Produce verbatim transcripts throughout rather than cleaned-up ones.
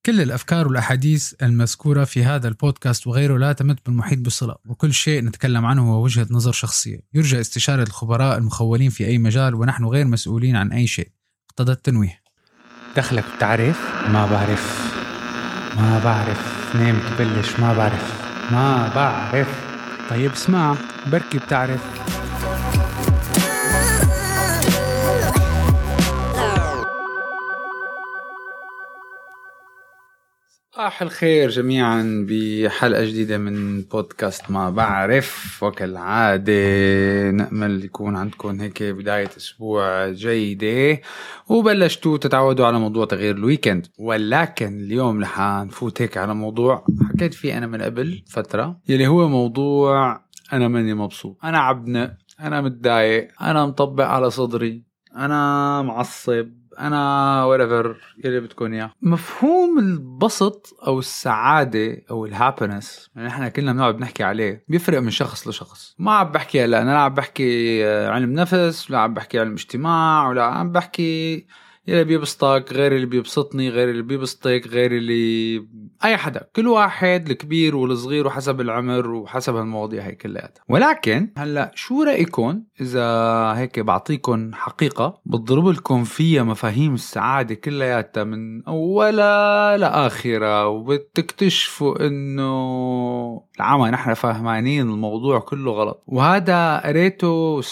كل الأفكار والأحاديث المذكورة في هذا البودكاست وغيره لا تمت بالمحيط بصلة، وكل شيء نتكلم عنه هو وجهة نظر شخصية يرجى استشارة الخبراء المخولين في أي مجال، ونحن غير مسؤولين عن أي شيء. اقتضى التنويه. دخلك بتعرف؟ ما بعرف ما بعرف نام تبلش ما بعرف ما بعرف طيب اسمع، بركي بتعرف. صباح الخير جميعا بحلقة جديدة من بودكاست ما بعرف. وكالعادة نأمل يكون عندكم هيك بداية أسبوع جيدة وبلشتوا تتعودوا على موضوع تغيير الويكند. ولكن اليوم رح نفوت هيك على موضوع حكيت فيه أنا من قبل فترة، يلي هو موضوع أنا ماني مبسوط، أنا عبنة، أنا متضايق، أنا مطبق على صدري، أنا معصب، أنا whatever يلي بتكون إياه. مفهوم البسط أو السعادة أو الهابينس يعني إحنا كلنا بنقعد بنحكي عليه بيفرق من شخص لشخص. ما عم بحكي لا أنا لا عم بحكي علم نفس ولا عم بحكي علم اجتماع ولا عم بحكي يلي بيبسطك غير اللي بيبسطني غير اللي بيبسطك غير اللي أي حدا. كل واحد الكبير والصغير وحسب العمر وحسب المواضيع هي كلها. ولكن هلأ شو رأيكم إذا هيك بعطيكم حقيقة بتضرب لكم فيها مفاهيم السعادة كلها من أولها لآخرة وبتكتشفوا إنه العامة نحن فاهمانين الموضوع كله غلط. وهذا قريته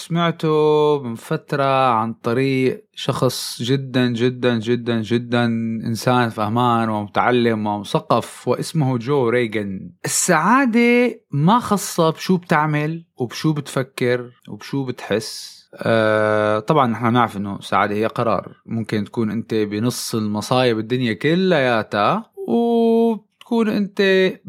وسمعته من فترة عن طريق شخص جدا جدا جدا جدا إنسان فهمان ومتعلم ومثقف واسمه جو ريغان. السعادة ما خاصة بشو بتعمل وبشو بتفكر وبشو بتحس. آه طبعا نحن نعرف انه السعادة هي قرار. ممكن تكون انت بنص المصايب الدنيا كلها وتكون انت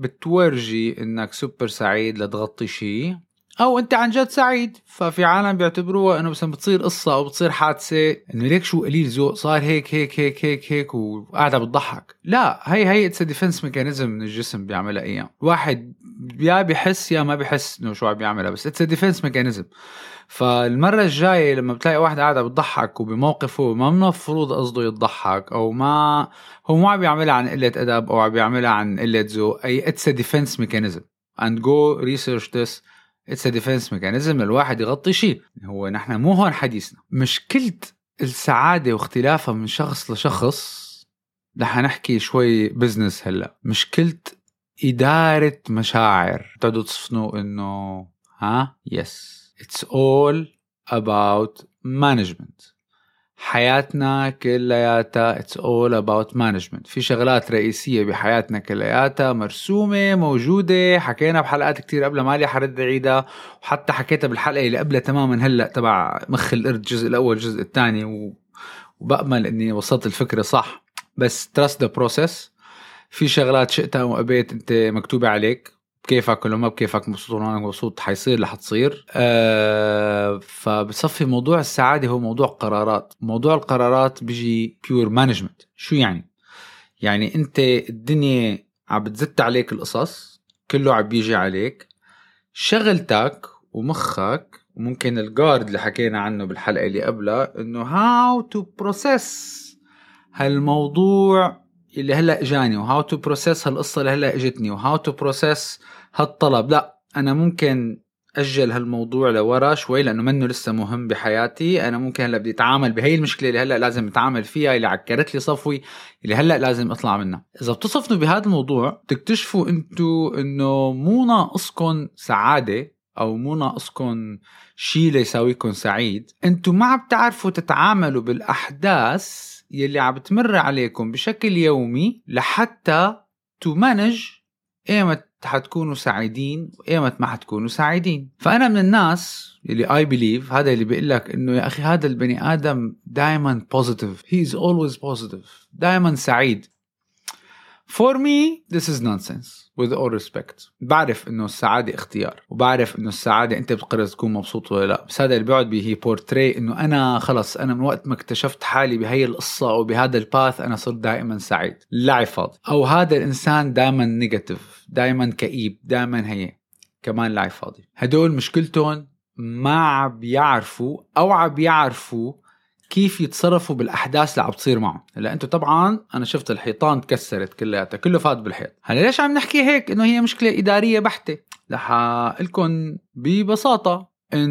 بتورجي انك سوبر سعيد لتغطي شيء، او انت عن جد سعيد. ففي عالم بيعتبروها انه بس بتصير قصة او بتصير حادثة انه ليك شو قليل ذوق صار هيك هيك هيك هيك هيك وقاعدة بتضحك. لا، هي هي اتس ديفنس ميكانيزم من الجسم بيعملها ايام. واحد يا بيحس يا ما بيحس انه شو عم بيعملها، بس اتس ديفنس ميكانيزم. فالمرة الجاية لما بتلاقي واحد قاعدة بتضحك وبموقفه ما منفروض قصده يتضحك او ما هو ما عم بيعملها عن قلة ادب او عم بيعملها عن قلة ذوق، اي اتس ديفنس ميكانيزم and go research this. it's a defense mechanism الواحد يغطي شيء. هو نحن مو هون حديثنا مشكلة السعادة واختلافها من شخص لشخص. رح نحكي شوي بزنس هلأ. مشكلة إدارة مشاعر تقدروا تصفنوا إنه ها yes it's all about management. حياتنا كلياتها it's all about management. في شغلات رئيسية بحياتنا كلياتها مرسومة موجودة، حكينا بحلقات كتير قبل ما لي حرد عيدها، وحتى حكيتها بالحلقة اللي قبلها تماما هلأ تبع مخ القرد الجزء الأول الجزء الثاني، وبأمل أني وصلت الفكرة صح. بس trust the process. في شغلات شئتها وقبيت أنت مكتوبة عليك كيفك ولا ما بكيفك، مبسوط ولا مبسوط حيصير لح تصير. أه فبصفي موضوع السعادة هو موضوع قرارات. موضوع القرارات بيجي pure management. شو يعني؟ يعني انت الدنيا عم بتزت عليك القصص كله عم بيجي عليك، شغلتك ومخك وممكن الجارد اللي حكينا عنه بالحلقة اللي قبلها انه how to process هالموضوع اللي هلأ اجاني، وهاو تو بروسيس هالقصة اللي هلأ اجتني، وهاو تو بروسيس هالطلب. لا، انا ممكن اجل هالموضوع لورا شوي لانه منه لسه مهم بحياتي. انا ممكن هلأ بدي اتعامل بهاي المشكلة اللي هلأ لازم اتعامل فيها، اللي عكرت لي صفوي، اللي هلأ لازم اطلع منها. اذا بتصفنوا بهذا الموضوع تكتشفوا انتو انه مو ناقصكم سعادة او مو ناقصكم شيء ليساويكم سعيد. انتو ما عم تعرفوا تتعاملوا بالاحداث يلي عم بتمر عليكم بشكل يومي لحتى تمانج ايمت حتكونوا سعيدين وايمت ما حتكونوا سعيدين. فأنا من الناس يلي I believe هذا اللي بيقول لك انه يا اخي هذا البني آدم دائما positive, he is always positive, دائما سعيد. For me this is nonsense with all respect. بعرف انه السعادة اختيار، وبعرف انه السعادة انت بتقرر تكون مبسوط ولا لا، بس هذا اللي بيقعد به بورتري انه انا خلص انا من وقت ما اكتشفت حالي بهي القصة او بهذا الباث انا صرت دائما سعيد. لا فاضي. او هذا الانسان دائما نيجاتيف، دائما كئيب، دائما هي كمان لا فاضي. هدول مشكلتهم ما عم بيعرفوا او عم بيعرفوا كيف يتصرفوا بالأحداث اللي عم تصير معه. هلا أنتوا طبعا أنا شفت الحيطان تكسرت كلها كله فات بالحيط. هلا ليش عم نحكي هيك؟ إنه هي مشكلة إدارية بحتة. رح أقولكم ببساطة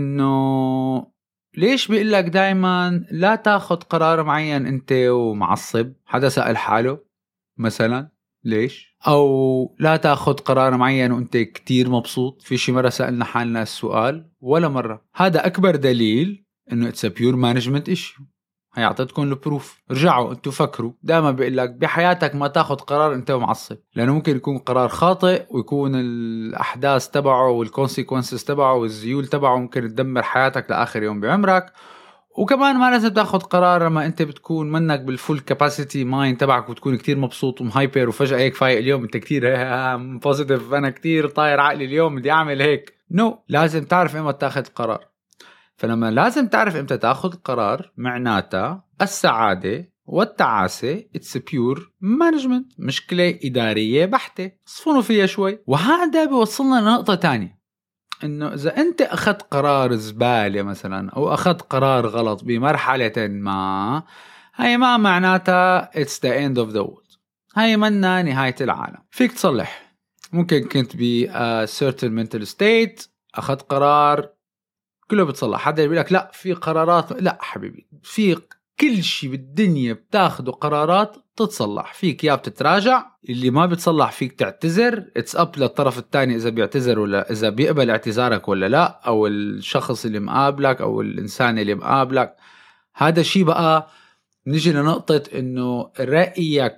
إنه ليش بيقول لك دايما لا تاخد قرار معين أنت ومعصب. حدا سأل حاله مثلا ليش؟ أو لا تاخد قرار معين وأنت كتير مبسوط. في شي مرة سألنا حالنا السؤال؟ ولا مرة. هذا أكبر دليل إنه it's a pure management issue. هي أعطيتكم البروف. رجعوا أنتوا فكروا. دائما بيقول لك بحياتك ما تاخد قرار أنت ومعصب، لأنه ممكن يكون قرار خاطئ ويكون الأحداث تبعه والكونسيكونسز تبعه والزيول تبعه ممكن تدمر حياتك لآخر يوم بعمرك. وكمان ما لازم تاخد قرار لما انت بتكون منك بالفول كاباسيتي ماين تبعك وتكون كتير مبسوط ومهايبر وفجأة هيك فايق اليوم انت كتير بوزيتيف، انا كتير طاير عقلي اليوم بدي اعمل هيك. نو no. لازم تعرف امتى تاخد قرار. فلما لازم تعرف امتى تاخد قرار معناتها السعادة والتعاسة it's pure management، مشكلة إدارية بحتة صفونوا فيها شوي. وهذا بيوصلنا لنقطة تانية، إنه إذا أنت أخذت قرار زبالة مثلا أو أخذت قرار غلط بمرحلة ما، هاي ما معناتها it's the end of the world. هاي منا نهاية العالم. فيك تصلح. ممكن كنت ب a certain mental state أخذت قرار كله بتصلح. حدا يقول لك لا في قرارات، لا حبيبي، في كل شيء بالدنيا بتاخده قرارات تتصلح. فيك يا بتتراجع، اللي ما بتصلح فيك تعتذر. it's up للطرف الثاني إذا بيعتذر ولا إذا بيقبل اعتذارك ولا لا، أو الشخص اللي مقابلك أو الإنسان اللي مقابلك. هذا شيء بقى نجي لنقطة إنه رأيك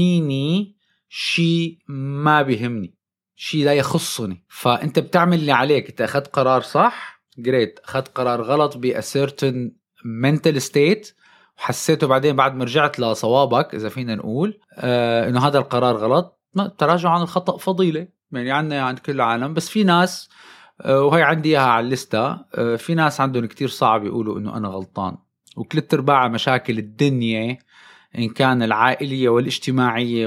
فيني شيء ما بيهمني، شيء لا يخصني. فأنت بتعمل اللي عليك. أنت أخذت قرار صح، جريت. أخذت قرار غلط ب a certain mental state وحسيته بعدين بعد ما رجعت لصوابك، إذا فينا نقول آه إنه هذا القرار غلط. التراجع عن الخطأ فضيلة، يعني عنا عند كل العالم. بس في ناس آه وهي عندي إياها على الليستة، آه في ناس عندهم كتير صعب يقولوا إنه أنا غلطان. وكلت ارباع مشاكل الدنيا إن كان العائلية والاجتماعية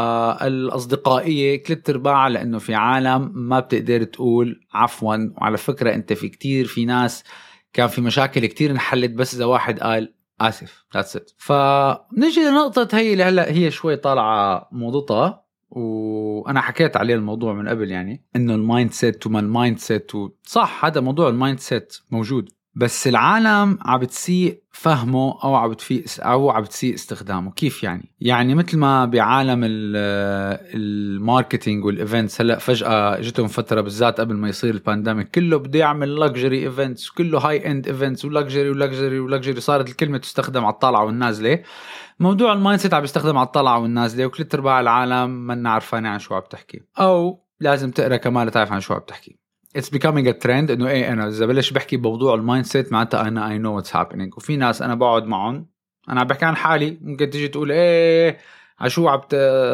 والأصدقائية كلت ارباع لأنه في عالم ما بتقدر تقول عفوا. وعلى فكرة أنت في كتير في ناس كان في مشاكل كتير انحلت بس إذا واحد قال آسف. That's it. فنجي لنقطة هي اللي هلأ هي شوي طالعة موضوعها، وأنا حكيت عليه الموضوع من قبل، يعني إنه المايند سيت وما المايند سيت. صح هذا موضوع المايند سيت موجود، بس العالم عم بتسيء فهمه أو عم بتسيء أو عم بتسيء استخدامه. كيف يعني؟ يعني مثل ما بعالم الماركتينج والإيفنتس هلأ فجأة جتهم فترة بالذات قبل ما يصير البانديميك كله بده يعمل لاكجري إيفنتس، كله هاي إند إيفنتس ولاكجري ولاكجري ولاكجري. صارت الكلمة تستخدم على الطالعة والنازلة. موضوع المايند سيت عم بيستخدم على الطالعة والنازلة، وكل ترباع العالم ما نعرفاني عن شو عم تحكي، أو لازم تقرأ كمان لتعرف عن شو عم تحكي. It's becoming a trend إنه إيه أنا إذا بلش بحكي بموضوع المايند سيت معناتها أنا I know what's happening. وفي ناس أنا بقعد معهم، أنا عم بحكي عن حالي، ممكن تيجي تقول إيه عشو عم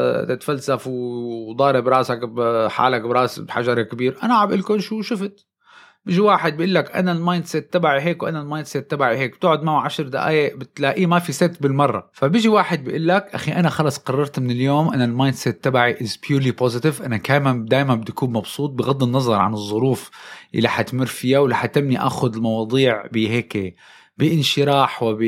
تتفلسف وضارب راسك بحالك براس بحجر كبير. أنا عم بقولكم شو شفت. بيجي واحد بيقول لك أنا المايند سيت تبعي هيك وأنا المايند سيت تبعي هيك، بتقعد معه عشر دقايق بتلاقيه ما في سيت بالمرة. فبيجي واحد بيقول لك أخي أنا خلص قررت من اليوم أنا المايند سيت تبعي is purely positive. أنا كمان دايما بدي أكون مبسوط بغض النظر عن الظروف اللي حتمر فيها، ولا حتمني أخذ المواضيع بهيك بانشراح وب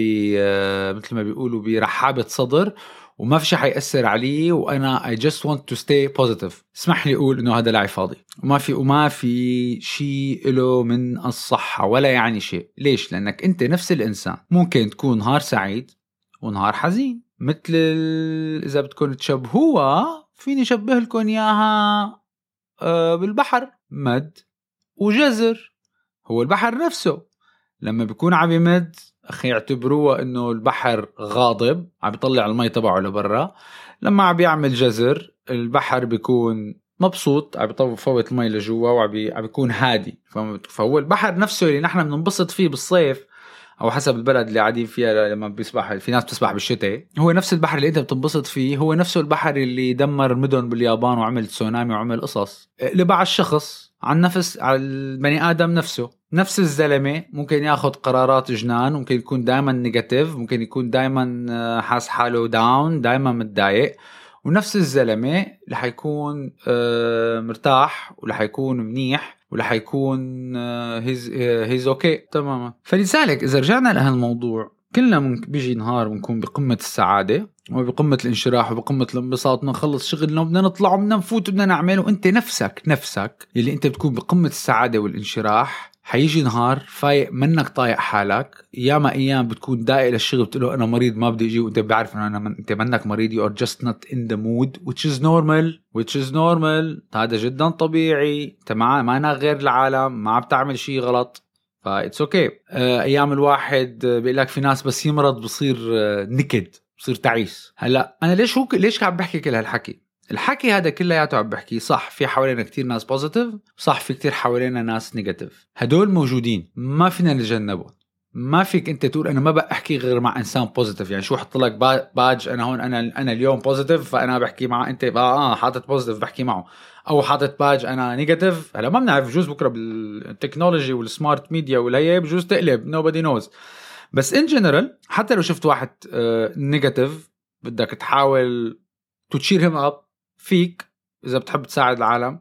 مثل ما بيقولوا برحابة صدر، وما في شيء حيأثر عليه، وأنا I just want to stay positive. اسمح لي أقول إنه هذا لاعب فاضي، وما في وما في شيء له من الصحة ولا يعني شيء. ليش؟ لأنك أنت نفس الإنسان ممكن تكون نهار سعيد ونهار حزين. مثل إذا بدكم تشبهوها فيني شبه لكم إياها بالبحر، مد وجزر. هو البحر نفسه لما بيكون عم يمد أخي اعتبروه إنه البحر غاضب عم يطلع المي تبعه لبرا. لما عم بيعمل جزر البحر بيكون مبسوط عم بيفوت المي لجوا وعم بيكون هادي. فهو البحر نفسه اللي نحن بننبسط فيه بالصيف أو حسب البلد اللي قاعدين فيها لما بيسبح، في ناس بتسبح بالشتاء، هو نفس البحر اللي أنت بتنبسط فيه هو نفسه البحر اللي دمر المدن باليابان وعمل تسونامي وعمل قصص. اللي على الشخص عن نفس على البني آدم نفسه. نفس الزلمة ممكن ياخد قرارات جنان، ممكن يكون دائما نيجاتيف، ممكن يكون دائما حاس حاله داون، دائما متضايق. ونفس الزلمة اللي حيكون مرتاح واللي حيكون منيح واللي حيكون هيز هيز اوكي تماما. فلذلك إذا رجعنا لهالموضوع كلنا من بيجي نهار بنكون بقمة السعادة وبقمة الانشراح وبقمة الانبساط، بدنا نخلص شغلنا وبدنا نطلع وبدنا نفوت وبدنا نعمل، وانت نفسك نفسك اللي انت بتكون بقمة السعادة والانشراح حيجي نهار فايق منك طايق حالك. ياما ايام بتكون داقق للشغل بتقوله انا مريض ما بدي اجي، وانت بعرف انه انا من... انت منك مريض، you are just not in the mood which is normal which is normal هذا جدا طبيعي. انت ما ما غير العالم، ما عم تعمل شيء غلط، فا اتس اوكي. ايام الواحد بيقول لك في ناس بس يمرض بصير نكد، بصير تعيس. هلا انا ليش هو ليش عم بحكي كل هالحكي؟ الحكي هذا كلياته عم بحكي صح، في حوالينا كتير ناس بوزيتيف، صح في كتير حوالينا ناس نيجاتيف، هدول موجودين ما فينا نتجنبهم. ما فيك انت تقول انا ما بحكي غير مع انسان بوزيتيف، يعني شو حط لك باج انا هون انا انا اليوم بوزيتيف فانا بحكي مع انت اه حاطط بوزيتيف بحكي معه، او حاطط باج انا نيجاتيف. هلا ما بنعرف، بجوز بكره بالتكنولوجي والسمارت ميديا والهي بجوز تقلب، nobody knows. بس in general حتى لو شفت واحد نيجاتيف بدك تحاول تشير him up فيك إذا بتحب تساعد العالم،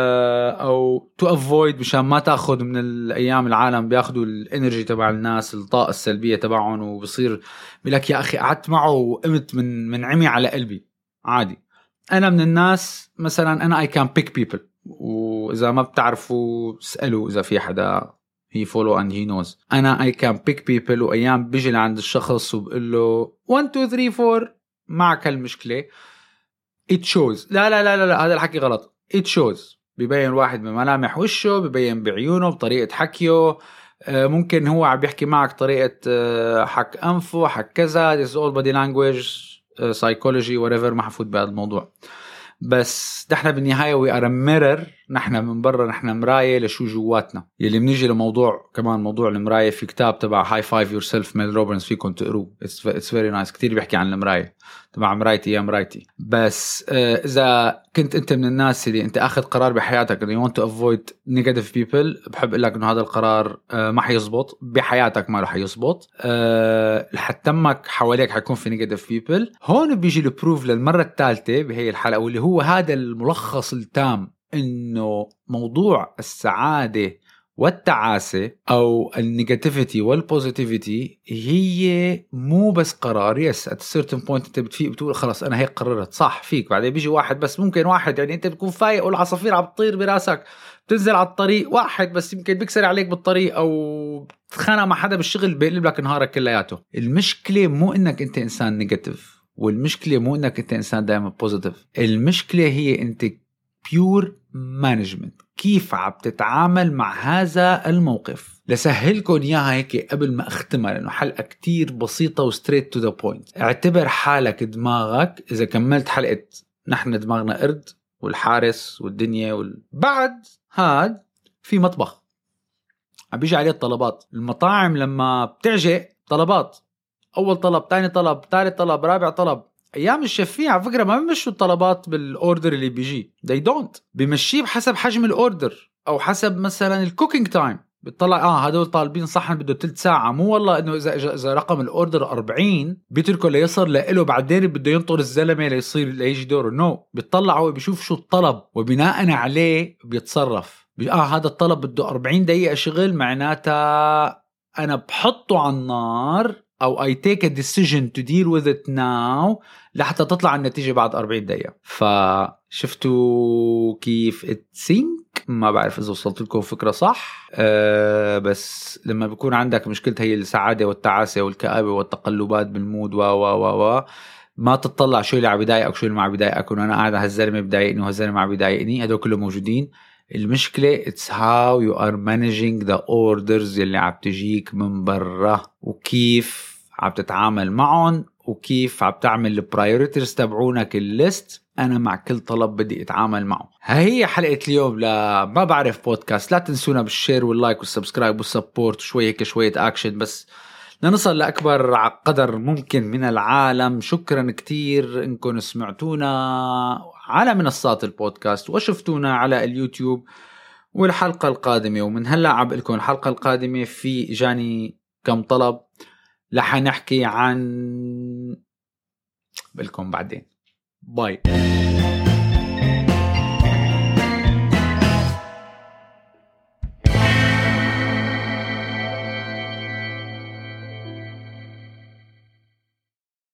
أو to avoid مشان ما تأخذ من الأيام العالم بياخدوا الانرجي تبع الناس، الطاقة السلبية تبعهم، وبصير بيقولك يا أخي قعدت معه وقمت من من عمي على قلبي. عادي، أنا من الناس مثلا أنا I can pick people، وإذا ما بتعرفوا اسألوا إذا في حدا he follow and he knows. أنا I can pick people، وأيام بيجي لعند الشخص وبقول له one two three four معك هالمشكلة it shows. لا لا لا لا هذا الحكي غلط. it shows بيبين واحد بملامح وشه، بيبين بعيونه، بطريقة حكيه، ممكن هو عم بيحكي معك طريقة حك أنفه، حك كذا. this is all body language psychology whatever، ما حفوت بهذا الموضوع. بس نحن بالنهاية we are a mirror، نحن من برا نحن مراية لشو جواتنا. يلي منيجي لموضوع كمان موضوع المراية، في كتاب تبع High Five Yourself ميل روبنز فيكم تقروه، it's, it's very nice، كتير بيحكي عن المراية تبع مرايتي يا مرايتي. بس آه إذا كنت أنت من الناس اللي أنت أخذ قرار بحياتك إنه you want to avoid negative people، بحب أقول لك إنه هذا القرار آه ما حيزبط بحياتك، ما رح يزبط. آه حتمك حواليك حيكون في negative people. هون بيجي البروف للمرة الثالثة بهي الحلقة، واللي هو هذا الملخص التام، إنه موضوع السعادة والتعاسة أو النيجاتيفيتي والبوزيتيفيتي هي مو بس قرار. يس at a certain point أنت بتفيق بتقول خلاص أنا هيك قررت، صح فيك. بعدين بيجي واحد، بس ممكن واحد يعني أنت بتكون فايق والعصافير عم تطير براسك، بتنزل على الطريق واحد بس يمكن بيكسر عليك بالطريق، أو بتخانق مع حدا بالشغل بيقلب لك نهارك كلياته. المشكلة مو إنك أنت إنسان نيجاتيف، والمشكلة مو إنك أنت إنسان دائما بوزيتيف. المشكلة هي أنت pure management، كيف عم تتعامل مع هذا الموقف. لسهلكم إياها هيك قبل ما أختمها، لأنه حلقة كتير بسيطة و straight to the point. اعتبر حالك دماغك، إذا كملت حلقة نحن دماغنا قرد والحارس والدنيا وال... بعد هاد في مطبخ عم بيجي عليه الطلبات. المطاعم لما بتعجق طلبات، أول طلب، تاني طلب، ثالث طلب، رابع طلب. ايام الشفيه على فكره ما بيمشوا الطلبات بالاوردر اللي بيجي، they don't، بيمشيه بحسب حجم الاوردر او حسب مثلا الكوكينج تايم. بتطلع اه هدول طالبين صحن بده ثلث ساعه، مو والله انه اذا اذا رقم الاوردر أربعين بيتركه ليصل له، بعدين بده ينطر الزلمه ليصير ليجي دوره. نو no. بيطلع هو بيشوف شو الطلب وبناء عليه بيتصرف. اه هذا الطلب بده أربعين دقيقه شغل، معناتها انا بحطه على النار أو I take a decision to deal with it now لحتى تطلع النتيجة بعد أربعين دقيقة. فشفتوا كيف اتسينك؟ ما بعرف إذا وصلت لكم فكرة صح. أه بس لما بيكون عندك مشكلة هي السعادة والتعاسة والكآبة والتقلبات بالمود و و و و ما تطلع شو اللي عم بيضايقك شو اللي ما عم بيضايقك، وأنا قاعد هالزلمة بيضايقني وهالزلمة ما عم بيضايقني، هدول كلهم موجودين. المشكلة it's how you are managing the orders اللي عم تجيك من برا، وكيف عم تتعامل معهم، وكيف عم تعمل البرايوريتيز تبعونك الليست. أنا مع كل طلب بدي أتعامل معه. هي حلقة اليوم لا ما بعرف بودكاست. لا تنسونا بالشير واللايك والسبسكرايب والسبورت وشوية هيك شوية أكشن، بس لنصل لأكبر قدر ممكن من العالم. شكرا كتير إنكم سمعتونا على منصات البودكاست وشفتونا على اليوتيوب. والحلقة القادمة، ومن هلأ عم لكم الحلقة القادمة في جاني كم طلب رح نحكي عن بلكم بعدين. باي.